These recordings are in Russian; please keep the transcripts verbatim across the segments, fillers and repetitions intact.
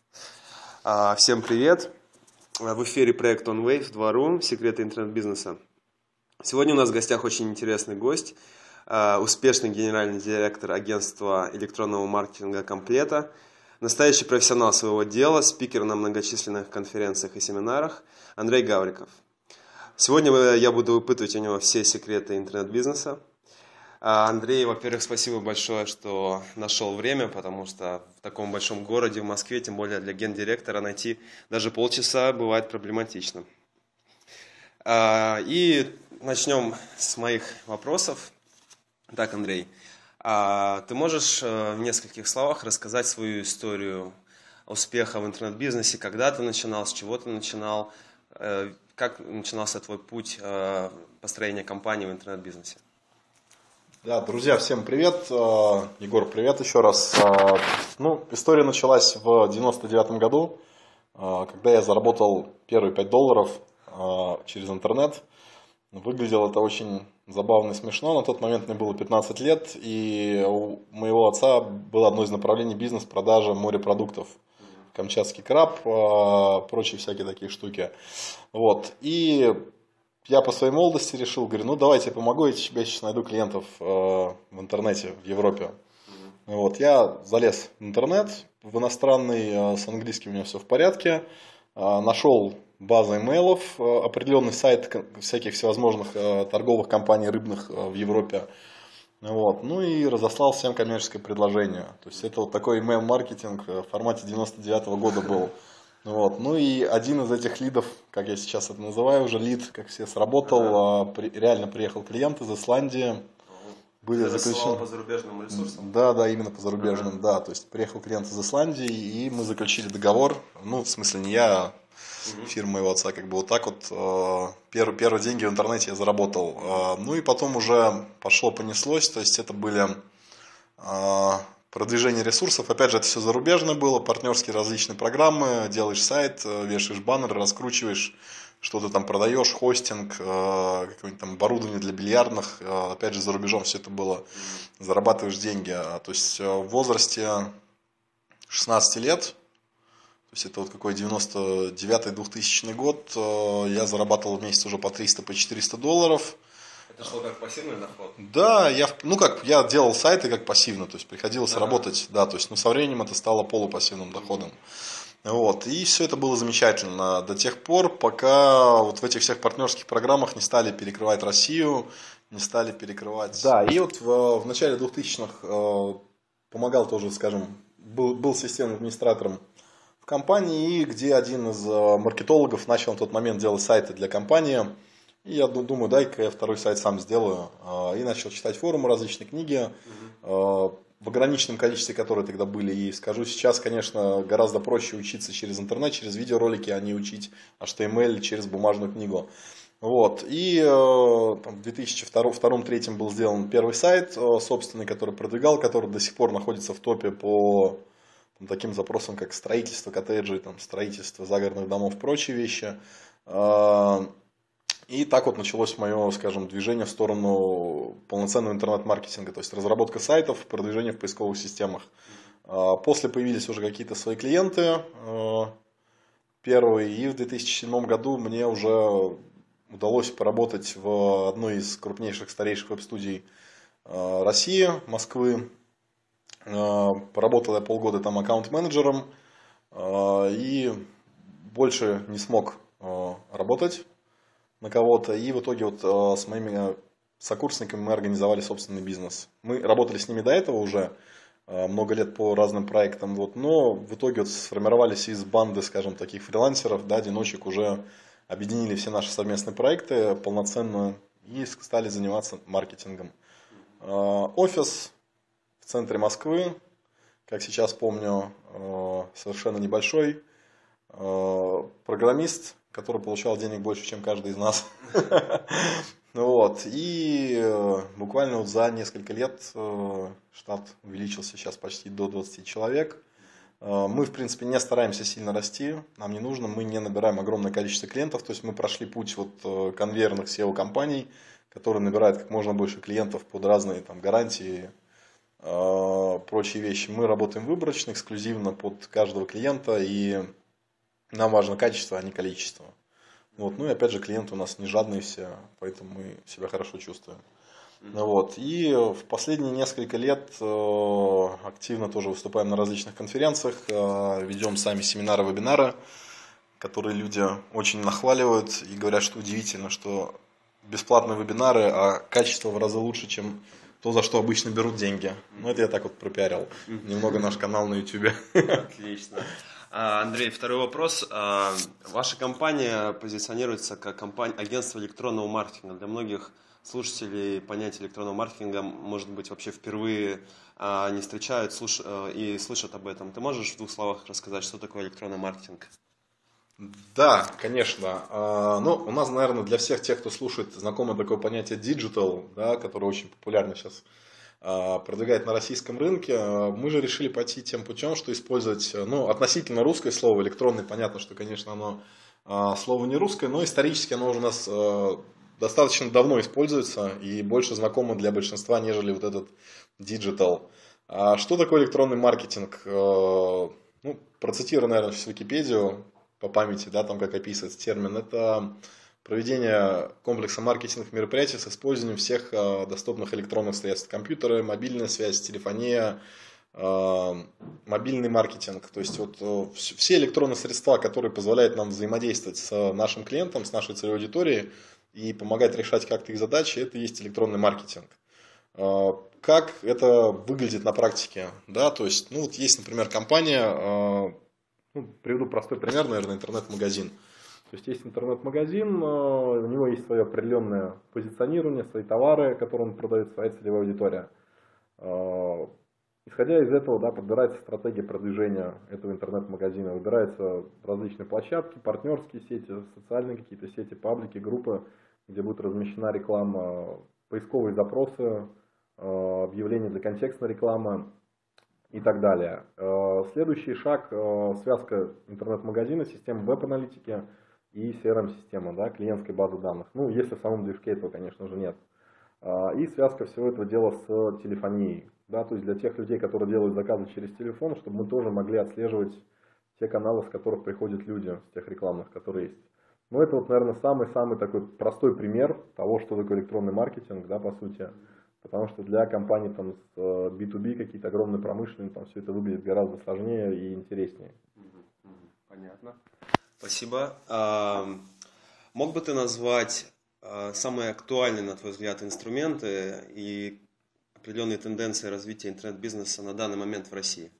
А, Всем привет! В эфире проект OnWave два ру «Секреты интернет-бизнеса». Сегодня у нас в гостях очень интересный гость, а, успешный генеральный директор агентства электронного маркетинга «Комплета», настоящий профессионал своего дела, спикер на многочисленных конференциях и семинарах Андрей Гавриков. Сегодня я буду выпытывать у него все секреты интернет-бизнеса. Андрей, во-первых, спасибо большое, что нашел время, потому что в таком большом городе, в Москве, тем более для гендиректора, найти даже полчаса бывает проблематично. И начнем с моих вопросов. Так, Андрей, ты можешь в нескольких словах рассказать свою историю успеха в интернет-бизнесе, когда ты начинал, с чего ты начинал, как начинался твой путь построения компании в интернет-бизнесе? Да, друзья, всем привет. Егор, привет еще раз. Ну, история началась в девяносто девятом году, когда я заработал первые пять долларов через интернет. Выглядело это очень забавно и смешно. На тот момент мне было пятнадцать лет, и у моего отца было одно из направлений бизнес продажа морепродуктов. Камчатский краб, прочие всякие такие штуки. Вот. И я по своей молодости решил, говорю, ну давайте я помогу, я тебе сейчас найду клиентов э, в интернете в Европе. Mm-hmm. Вот, я залез в интернет, в иностранный, э, с английским у меня все в порядке, э, нашел базу имейлов, э, определенный сайт всяких всевозможных э, торговых компаний рыбных э, в Европе. Вот, ну и разослал всем коммерческое предложение. То есть это вот такой email-маркетинг в формате девяносто девятого года был. Вот. Ну и один из этих лидов, как я сейчас это называю, уже лид, как все, сработал. Ага. При, реально приехал клиент из Исландии. Были заключены... по зарубежным ресурсам? Да, да, именно по зарубежным, ага. Да. То есть приехал клиент из Исландии, и мы заключили договор. Ну, в смысле, не я, а угу. Фирма моего отца. Как бы вот так вот. Первые, первые деньги в интернете я заработал. Ну и потом уже пошло-понеслось. То есть это были... продвижение ресурсов, опять же, это все зарубежное было, партнерские различные программы, делаешь сайт, вешаешь баннеры, раскручиваешь, что-то там продаешь, хостинг, какое-нибудь там оборудование для бильярдных, опять же, за рубежом все это было, зарабатываешь деньги. То есть в возрасте шестнадцати лет, то есть это вот какой девяносто девятый двухтысячный год, я зарабатывал в месяц уже по триста, по четыреста долларов. Это шло как пассивный доход? Да, я, ну как, я делал сайты как пассивно, то есть приходилось ага. работать, да, то есть, но со временем это стало полупассивным доходом. Mm-hmm. Вот, и все это было замечательно до тех пор, пока вот в этих всех партнерских программах не стали перекрывать Россию, не стали перекрывать... Да, и вот в, в начале двухтысячных э, помогал тоже, скажем, был, был системным администратором в компании, где один из маркетологов начал на тот момент делать сайты для компании. И я думаю, дай-ка я второй сайт сам сделаю. И начал читать форумы, различные книги, угу. в ограниченном количестве, которые тогда были. И скажу, сейчас, конечно, гораздо проще учиться через интернет, через видеоролики, а не учить эйч ти эм эль через бумажную книгу. Вот. И там, в две тысячи втором — две тысячи третьем был сделан первый сайт собственный, который продвигал, который до сих пор находится в топе по там, таким запросам, как строительство коттеджей, там, строительство загородных домов и прочие вещи. И так вот началось мое, скажем, движение в сторону полноценного интернет-маркетинга, то есть разработка сайтов, продвижение в поисковых системах. После появились уже какие-то свои клиенты первые, и в две тысячи седьмом году мне уже удалось поработать в одной из крупнейших, старейших веб-студий России, Москвы. Поработал я полгода там аккаунт-менеджером и больше не смог работать на кого-то, и в итоге вот э, с моими сокурсниками мы организовали собственный бизнес. Мы работали с ними до этого уже э, много лет по разным проектам, вот, но в итоге вот сформировались из банды, скажем, таких фрилансеров, да, одиночек, уже объединили все наши совместные проекты полноценно и стали заниматься маркетингом. Э, офис в центре Москвы, как сейчас помню, э, совершенно небольшой, э, программист, который получал денег больше, чем каждый из нас. Вот. И буквально вот за несколько лет штат увеличился сейчас почти до двадцати человек. Мы, в принципе, не стараемся сильно расти, нам не нужно, мы не набираем огромное количество клиентов, то есть мы прошли путь вот конвейерных сео-компаний, которые набирают как можно больше клиентов под разные там гарантии прочие вещи. Мы работаем выборочно, эксклюзивно под каждого клиента, и нам важно качество, а не количество. Вот. Ну и опять же, клиенты у нас не жадные все, поэтому мы себя хорошо чувствуем. Mm-hmm. Вот. И в последние несколько лет э, активно тоже выступаем на различных конференциях, э, ведем сами семинары, вебинары, которые люди очень нахваливают и говорят, что удивительно, что бесплатные вебинары, а качество в разы лучше, чем то, за что обычно берут деньги. Ну, это я так вот пропиарил. Немного наш канал на ютубе. Отлично. Андрей, второй вопрос. Ваша компания позиционируется как компания, агентство электронного маркетинга. Для многих слушателей понятие электронного маркетинга, может быть, вообще впервые не встречают слуш... и слышат об этом. Ты можешь в двух словах рассказать, что такое электронный маркетинг? Да, конечно. Ну, у нас, наверное, для всех тех, кто слушает, знакомо такое понятие digital, да, которое очень популярно сейчас продвигает на российском рынке. Мы же решили пойти тем путем, что использовать, ну, относительно русское слово, электронный, понятно, что, конечно, оно слово не русское, но исторически оно уже у нас достаточно давно используется и больше знакомо для большинства, нежели вот этот digital. А что такое электронный маркетинг? Ну, процитирую, наверное, сейчас Википедию по памяти, да, там как описывается термин. Это проведение комплекса маркетинговых мероприятий с использованием всех э, доступных электронных средств. Компьютеры, мобильная связь, телефония, э, мобильный маркетинг. То есть вот э, все электронные средства, которые позволяют нам взаимодействовать с нашим клиентом, с нашей целевой аудиторией и помогать решать как-то их задачи, это и есть электронный маркетинг. Э, как это выглядит на практике? Да, то есть, ну, вот есть, например, компания, э, ну, приведу простой пример, наверное, интернет-магазин. То есть есть интернет-магазин, у него есть свое определенное позиционирование, свои товары, которые он продает, своя целевая аудитория. Исходя из этого, да, подбирается стратегия продвижения этого интернет-магазина, выбираются различные площадки, партнерские сети, социальные какие-то сети, паблики, группы, где будет размещена реклама, поисковые запросы, объявления для контекстной рекламы и так далее. Следующий шаг – связка интернет-магазина, системы веб-аналитики и си эр эм-система, да, клиентской базы данных. Ну, если в самом движке этого, конечно же, нет. И связка всего этого дела с телефонией. Да, то есть для тех людей, которые делают заказы через телефон, чтобы мы тоже могли отслеживать те каналы, с которых приходят люди, с тех рекламных, которые есть. Ну, это вот, наверное, самый-самый такой простой пример того, что такое электронный маркетинг, да, по сути. Потому что для компаний там, с би ту би, какие-то огромные промышленные, там все это выглядит гораздо сложнее и интереснее. Понятно. Спасибо. А, мог бы ты назвать а, самые актуальные, на твой взгляд, инструменты и определенные тенденции развития интернет-бизнеса на данный момент в России?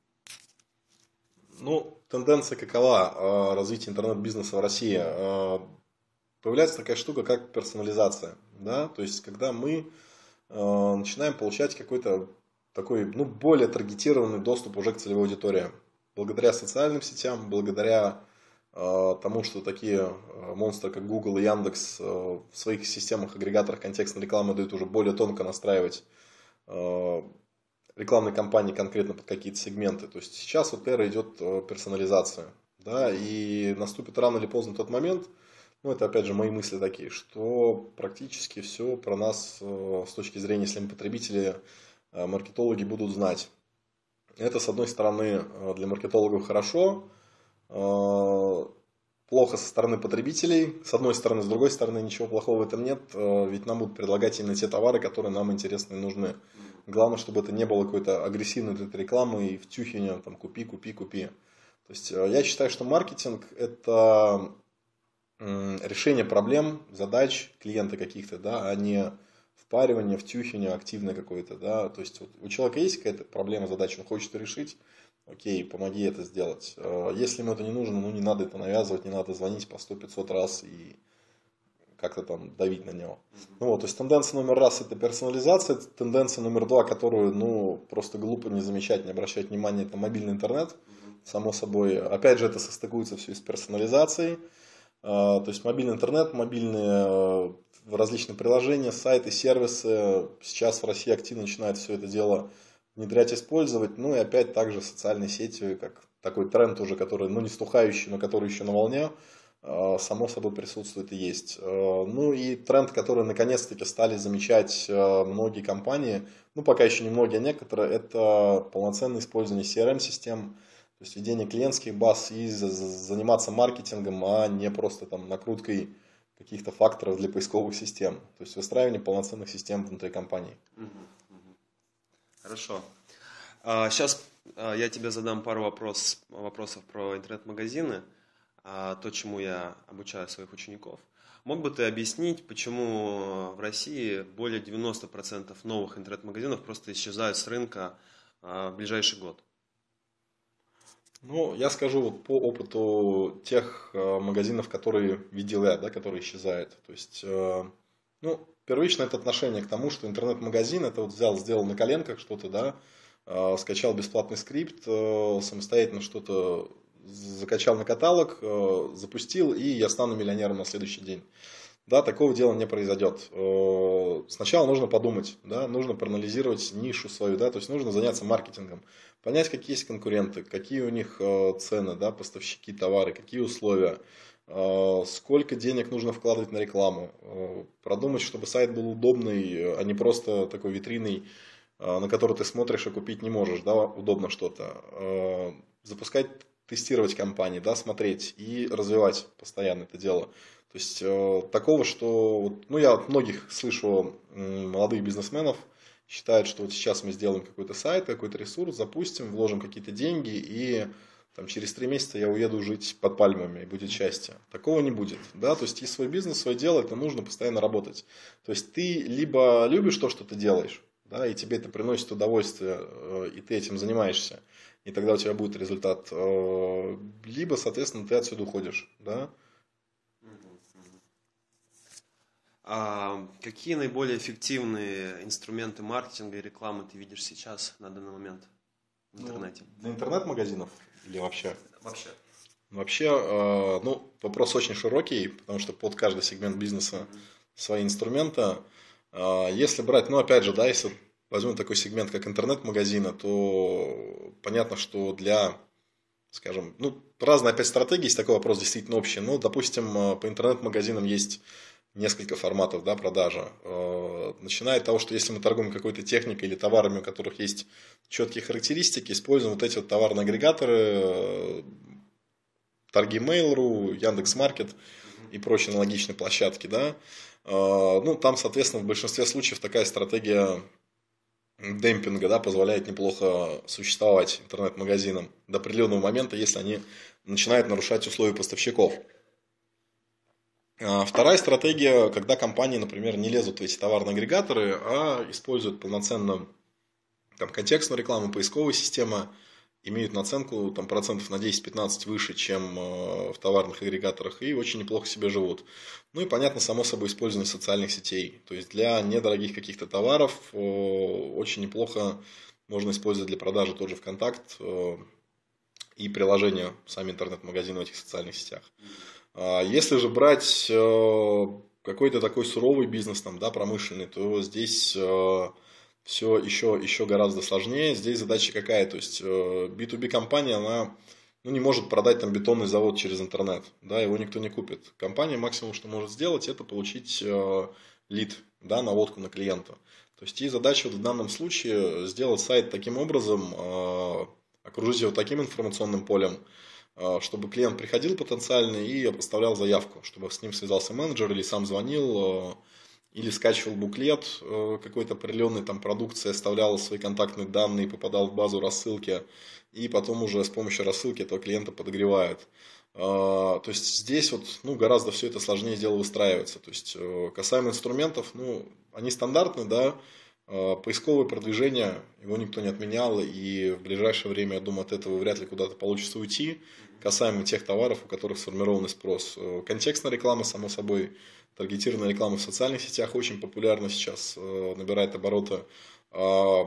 Ну, тенденция какова развития интернет-бизнеса в России? Появляется такая штука, как персонализация. Да? То есть, когда мы начинаем получать какой-то такой, ну, более таргетированный доступ уже к целевой аудитории. Благодаря социальным сетям, благодаря э, тому, что такие монстры, как Google и Яндекс, э, в своих системах, агрегаторах контекстной рекламы дают уже более тонко настраивать э, рекламные кампании конкретно под какие-то сегменты. То есть сейчас вот эра идет персонализация. Да, и наступит рано или поздно тот момент, ну, это, опять же, мои мысли такие, что практически все про нас с точки зрения, если мы потребители, маркетологи будут знать. Это, с одной стороны, для маркетологов хорошо, плохо со стороны потребителей. С одной стороны, с другой стороны, ничего плохого в этом нет, ведь нам будут предлагать именно те товары, которые нам интересны и нужны. Главное, чтобы это не было какой-то агрессивной рекламы и втюхивания, там, купи, купи, купи. То есть, я считаю, что маркетинг – это решение проблем, задач клиента каких-то, да, а не впаривание, втюхивание активное какое-то, да, то есть вот у человека есть какая-то проблема, задача, он хочет ее решить, окей, помоги это сделать. Если ему это не нужно, ну не надо это навязывать, не надо звонить по сто-пятьсот раз и как-то там давить на него. Ну вот, то есть тенденция номер раз это персонализация, тенденция номер два, которую, ну, просто глупо не замечать, не обращать внимания, это мобильный интернет, само собой. Опять же, это состыкуется все с персонализацией. То есть мобильный интернет, мобильные различные приложения, сайты, сервисы. Сейчас в России активно начинают все это дело внедрять, использовать. Ну и опять также социальные сети, как такой тренд уже, который, ну, не стухающий, но который еще на волне. само собой присутствует и есть. Ну и тренд, который наконец-таки стали замечать многие компании, ну пока еще не многие, а некоторые, это полноценное использование си ар эм-систем, то есть ведение клиентских баз и заниматься маркетингом, а не просто там накруткой каких-то факторов для поисковых систем. То есть выстраивание полноценных систем внутри компании. Хорошо. Сейчас я тебе задам пару вопрос, вопросов про интернет-магазины, то, чему я обучаю своих учеников. Мог бы ты объяснить, почему в России более девяноста процентов новых интернет-магазинов просто исчезают с рынка в ближайший год? Ну, я скажу вот по опыту тех магазинов, которые видел я, да, которые исчезают. То есть, ну, первично это отношение к тому, что интернет-магазин, это вот взял, сделал на коленках что-то, да, скачал бесплатный скрипт, самостоятельно что-то закачал на каталог, запустил, и я стану миллионером на следующий день. Да, такого дела не произойдет. Сначала нужно подумать, да, нужно проанализировать нишу свою, да, то есть нужно заняться маркетингом, понять, какие есть конкуренты, какие у них цены, да, поставщики, товары, какие условия, сколько денег нужно вкладывать на рекламу, продумать, чтобы сайт был удобный, а не просто такой витриной, на которую ты смотришь и купить не можешь, да, удобно что-то. Запускать, тестировать компании, да, смотреть и развивать постоянно это дело. То есть такого, что, ну я от многих слышу молодых бизнесменов, считают, что вот сейчас мы сделаем какой-то сайт, какой-то ресурс, запустим, вложим какие-то деньги и там, через три месяца я уеду жить под пальмами и будет счастье. Такого не будет. Да? То есть и свой бизнес, свое дело, это нужно постоянно работать. То есть ты либо любишь то, что ты делаешь, да, и тебе это приносит удовольствие, и ты этим занимаешься, и тогда у тебя будет результат, либо, соответственно, ты отсюда уходишь. Да? А какие наиболее эффективные инструменты маркетинга и рекламы ты видишь сейчас на данный момент в интернете? Ну, для интернет-магазинов или вообще? Вообще. Вообще, ну, вопрос очень широкий, потому что под каждый сегмент бизнеса mm-hmm. свои инструменты. Если брать, ну, опять же, да, если возьмем такой сегмент, как интернет-магазина, то понятно, что для, скажем, ну, разные опять стратегии, есть такой вопрос действительно общий. Ну, допустим, по интернет-магазинам есть несколько форматов, да, продажи. Начиная от того, что если мы торгуем какой-то техникой или товарами, у которых есть четкие характеристики, используем вот эти вот товарные агрегаторы, торги Mail точка ру, Яндекс.Маркет и прочие аналогичные площадки, да. Ну, там, соответственно, в большинстве случаев такая стратегия демпинга, да, позволяет неплохо существовать интернет-магазинам до определенного момента, если они начинают нарушать условия поставщиков. Вторая стратегия, когда компании, например, не лезут в эти товарные агрегаторы, а используют полноценно там, контекстную рекламу, поисковые системы, имеют наценку там, процентов на десять-пятнадцать выше, чем в товарных агрегаторах, и очень неплохо себе живут. Ну и, понятно, само собой, использование социальных сетей. То есть для недорогих каких-то товаров очень неплохо можно использовать для продажи тот же ВКонтакт и приложения, сами интернет-магазины в этих социальных сетях. Если же брать какой-то такой суровый бизнес, там, да, промышленный, то здесь все еще, еще гораздо сложнее. Здесь задача какая? То есть би ту би компания, она ну, не может продать там бетонный завод через интернет. Да, его никто не купит. Компания максимум, что может сделать, это получить лид, да, наводку на клиента. То есть и задача вот в данном случае сделать сайт таким образом, окружить его таким информационным полем, чтобы клиент приходил потенциально и оставлял заявку, чтобы с ним связался менеджер или сам звонил, или скачивал буклет какой-то определенной там продукции, оставлял свои контактные данные, попадал в базу рассылки, и потом уже с помощью рассылки этого клиента подогревают. То есть здесь вот, ну, гораздо все это сложнее дело выстраивается. То есть касаемо инструментов, ну, они стандартны, да, поисковое продвижение, его никто не отменял, и в ближайшее время, я думаю, от этого вряд ли куда-то получится уйти. Касаемо тех товаров, у которых сформированный спрос. Контекстная реклама, само собой, таргетированная реклама в социальных сетях очень популярна сейчас, набирает обороты.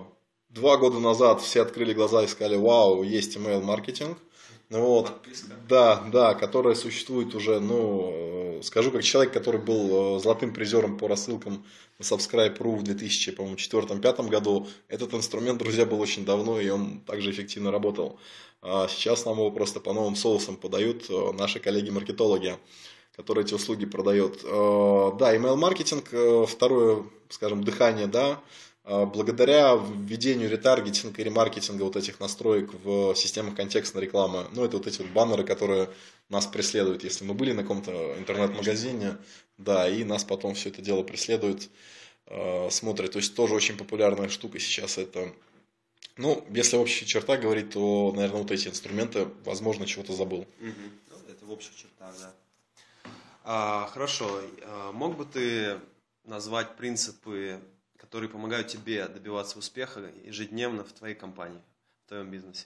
два года назад все открыли глаза и сказали, вау, есть email-маркетинг. Вот. Да, да, которая существует уже, ну, скажу как человек, который был золотым призером по рассылкам на Subscribe точка ру в две тысячи четвёртом — две тысячи пятом году. Этот инструмент, друзья, был очень давно, и он также эффективно работал. А сейчас нам его просто по новым соусам подают наши коллеги-маркетологи, которые эти услуги продают. Да, email-маркетинг, второе, скажем, дыхание, да, благодаря введению ретаргетинга и ремаркетинга вот этих настроек в системах контекстной рекламы, ну, это вот эти вот баннеры, которые нас преследуют, если мы были на каком-то интернет-магазине, да, и нас потом все это дело преследует, э, смотрят, то есть тоже очень популярная штука сейчас это. Ну, если в общих чертах говорить, то, наверное, вот эти инструменты, возможно, чего-то забыл. Угу. Это в общих чертах, да. А, хорошо, а, мог бы ты назвать принципы, которые помогают тебе добиваться успеха ежедневно в твоей компании, в твоем бизнесе?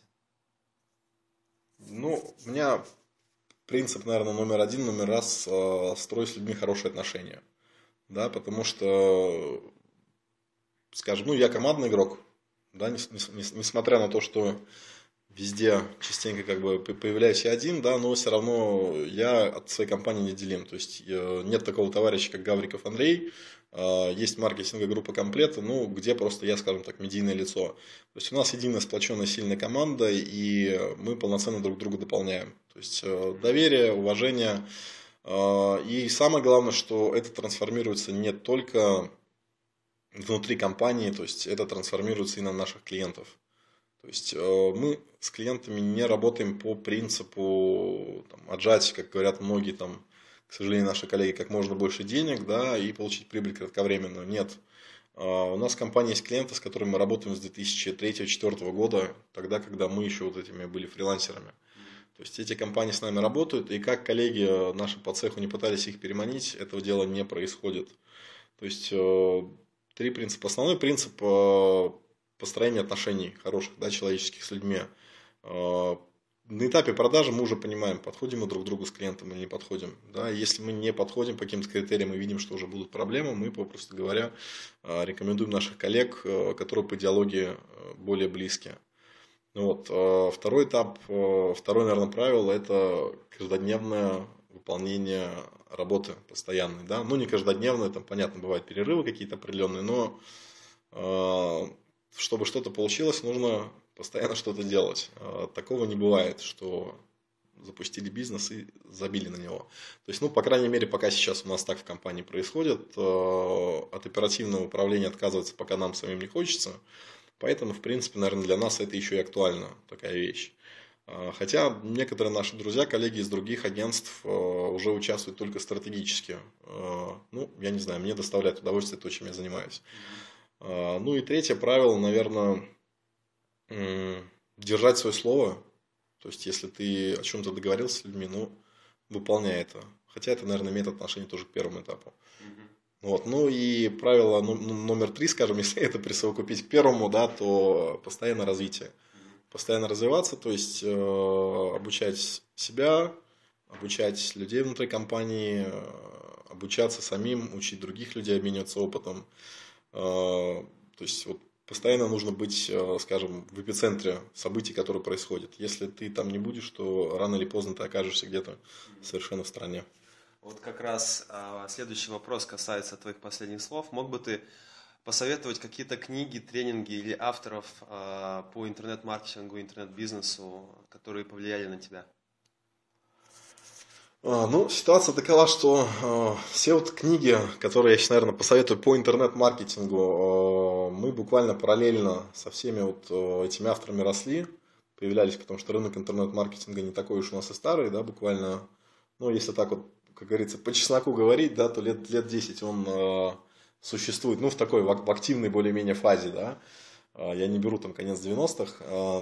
Ну, у меня принцип, наверное, номер один, номер раз, строй с людьми хорошие отношения. Да, потому что, скажем, ну, я командный игрок, да, несмотря на то, что везде частенько как бы появляюсь я один, да, но все равно я от своей компании неделим. То есть нет такого товарища, как Гавриков Андрей, есть маркетинговая группа Комплета, ну, где просто я, скажем так, медийное лицо. То есть у нас единая сплоченная сильная команда, и мы полноценно друг друга дополняем. То есть доверие, уважение. И самое главное, что это трансформируется не только внутри компании, то есть это трансформируется и на наших клиентов. То есть мы с клиентами не работаем по принципу там, отжать, как говорят многие, там, к сожалению, наши коллеги, как можно больше денег, да, и получить прибыль кратковременную. Нет. У нас в компании есть клиенты, с которыми мы работаем с две тысячи третьего — две тысячи четвёртого года, тогда, когда мы еще вот этими были фрилансерами. То есть эти компании с нами работают, и как коллеги наши по цеху не пытались их переманить, этого дела не происходит. То есть три принципа. Основной принцип построения отношений хороших, да, человеческих с людьми. На этапе продажи мы уже понимаем, подходим мы друг к другу с клиентом или не подходим. Да? Если мы не подходим по каким-то критериям и видим, что уже будут проблемы, мы, попросту говоря, рекомендуем наших коллег, которые по идеологии более близкие. Вот. Второй этап, второе, наверное, правило – это каждодневное выполнение работы постоянной. Да? Ну, не каждодневное, там, понятно, бывают перерывы какие-то определенные, но чтобы что-то получилось, нужно постоянно что-то делать. Такого не бывает, что запустили бизнес и забили на него. То есть, ну, по крайней мере, пока сейчас у нас так в компании происходит, от оперативного управления отказываться пока нам самим не хочется. Поэтому, в принципе, наверное, для нас это еще и актуальна такая вещь. Хотя некоторые наши друзья, коллеги из других агентств уже участвуют только стратегически. Ну, я не знаю, мне доставляет удовольствие то, чем я занимаюсь. Ну и третье правило, наверное, держать свое слово. То есть, если ты о чем-то договорился с людьми, ну, выполняй это. Хотя это, наверное, имеет отношение тоже к первому этапу. Mm-hmm. Вот. Ну и правило номер три, скажем, если это присовокупить к первому, да, то постоянное развитие. Mm-hmm. Постоянно развиваться, то есть э, обучать себя, обучать людей внутри компании, э, обучаться самим, учить других людей, обмениваться опытом. То есть вот постоянно нужно быть, скажем, в эпицентре событий, которые происходят. Если ты там не будешь, то рано или поздно ты окажешься где-то совершенно в стороне. Вот как раз следующий вопрос касается твоих последних слов. Мог бы ты посоветовать какие-то книги, тренинги или авторов по интернет-маркетингу, интернет-бизнесу, которые повлияли на тебя? Ну, ситуация такова, что э, все вот книги, которые я сейчас, наверное, посоветую по интернет-маркетингу, э, мы буквально параллельно со всеми вот э, этими авторами росли, появлялись, потому что рынок интернет-маркетинга не такой уж у нас и старый, да, буквально, ну, если так вот, как говорится, по чесноку говорить, да, то лет, лет десять он э, существует, ну, в такой, в, в активной более-менее фазе, да, э, я не беру там конец девяностых, э,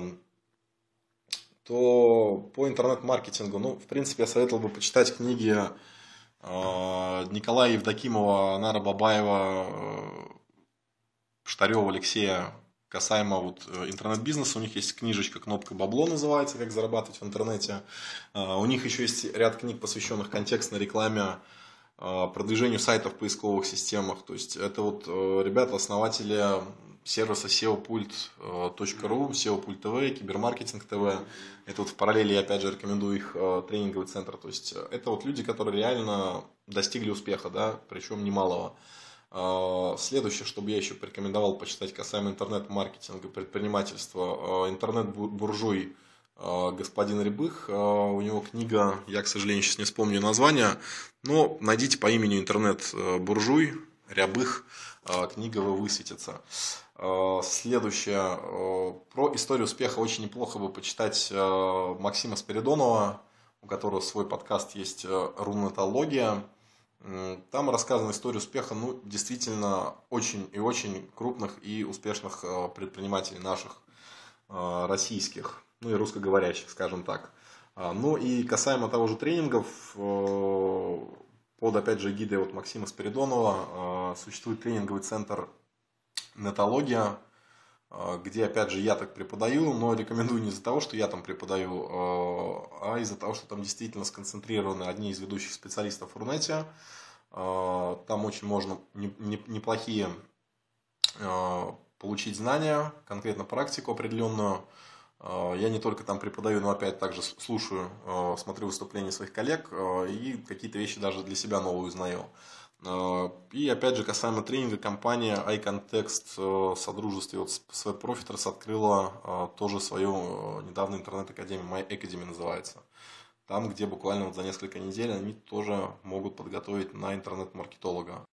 то по интернет-маркетингу, ну, в принципе, я советовал бы почитать книги э, Николая Евдокимова, Анара Бабаева, э, Штарева Алексея касаемо вот интернет-бизнеса. У них есть книжечка «Кнопка бабло» называется, как зарабатывать в интернете. Э, у них еще есть ряд книг, посвященных контекстной рекламе, э, продвижению сайтов в поисковых системах. То есть это вот э, ребята, основатели сервиса сеопульт точка ру, сеопульт ТВ, Кибермаркетинг ТВ. Это вот в параллели, я опять же рекомендую их тренинговый центр. То есть это вот люди, которые реально достигли успеха, да, причем немалого. Следующее, чтобы я еще порекомендовал почитать касаемо интернет-маркетинга, предпринимательства, интернет-буржуй господин Рябых. У него книга, я, к сожалению, сейчас не вспомню название, но найдите по имени интернет-буржуй Рябых, книга вы высветится. Следующее. Про историю успеха очень неплохо бы почитать Максима Спиридонова, у которого свой подкаст есть «Рунетология». Там рассказана история успеха, ну, действительно, очень и очень крупных и успешных предпринимателей наших, российских, ну и русскоговорящих, скажем так. Ну и касаемо того же тренингов, под, опять же, эгидой вот Максима Спиридонова существует тренинговый центр «Нетология», где, опять же, я так преподаю, но рекомендую не из-за того, что я там преподаю, а из-за того, что там действительно сконцентрированы одни из ведущих специалистов в Рунете. Там очень можно неплохие получить знания, конкретно практику определенную. Я не только там преподаю, но опять также слушаю, смотрю выступления своих коллег и какие-то вещи даже для себя новые узнаю. И опять же, касаемо тренинга, компания iContext в содружестве вот с WebProfiters открыла тоже свою недавно интернет-академию, MyAcademy называется. Там, где буквально вот за несколько недель они тоже могут подготовить на интернет-маркетолога.